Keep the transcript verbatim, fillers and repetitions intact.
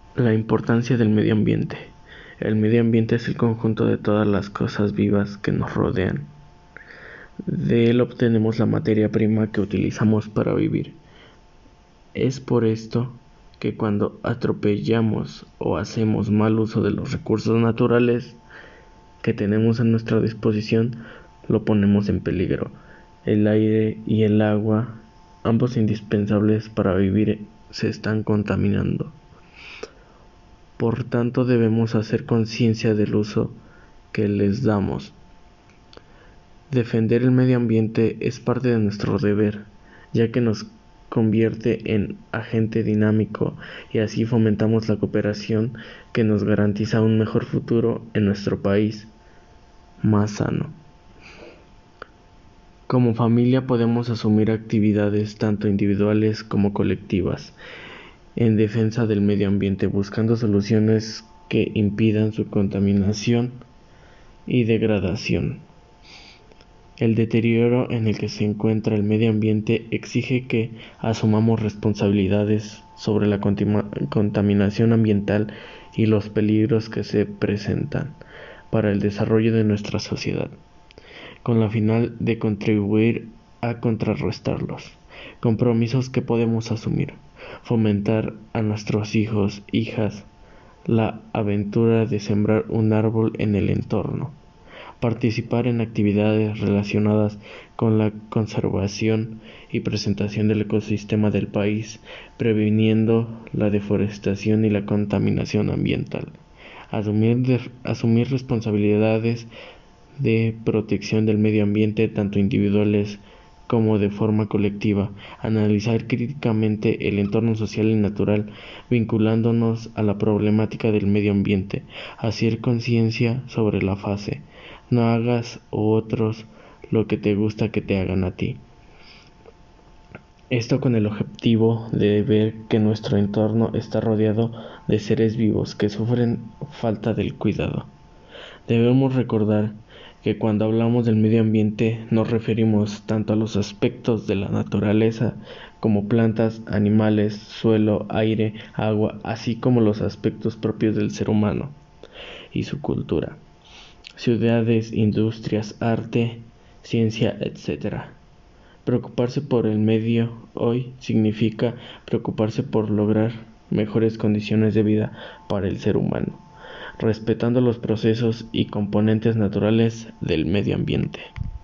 La importancia del medio ambiente. El medio ambiente es el conjunto de todas las cosas vivas que nos rodean. De él obtenemos la materia prima que utilizamos para vivir. Es por esto que cuando atropellamos o hacemos mal uso de los recursos naturales que tenemos a nuestra disposición, lo ponemos en peligro. El aire y el agua, ambos indispensables para vivir, se están contaminando. Por tanto, debemos hacer conciencia del uso que les damos. Defender el medio ambiente es parte de nuestro deber, ya que nos convierte en agente dinámico y así fomentamos la cooperación que nos garantiza un mejor futuro en nuestro país, más sano. Como familia podemos asumir actividades tanto individuales como colectivas en defensa del medio ambiente, buscando soluciones que impidan su contaminación y degradación. El deterioro en el que se encuentra el medio ambiente exige que asumamos responsabilidades sobre la contaminación ambiental y los peligros que se presentan para el desarrollo de nuestra sociedad, con la final de contribuir a contrarrestarlos. Compromisos que podemos asumir: fomentar a nuestros hijos, hijas, la aventura de sembrar un árbol en el entorno, participar en actividades relacionadas con la conservación y presentación del ecosistema del país, previniendo la deforestación y la contaminación ambiental, asumir, de, asumir responsabilidades de protección del medio ambiente tanto individuales como de forma colectiva, analizar críticamente el entorno social y natural, vinculándonos a la problemática del medio ambiente, hacer conciencia sobre la fase, no hagas a otros lo que te gusta que te hagan a ti. Esto con el objetivo de ver que nuestro entorno está rodeado de seres vivos que sufren falta del cuidado. Debemos recordar que cuando hablamos del medio ambiente nos referimos tanto a los aspectos de la naturaleza como plantas, animales, suelo, aire, agua, así como los aspectos propios del ser humano y su cultura, ciudades, industrias, arte, ciencia, etcétera. Preocuparse por el medio hoy significa preocuparse por lograr mejores condiciones de vida para el ser humano, respetando los procesos y componentes naturales del medio ambiente.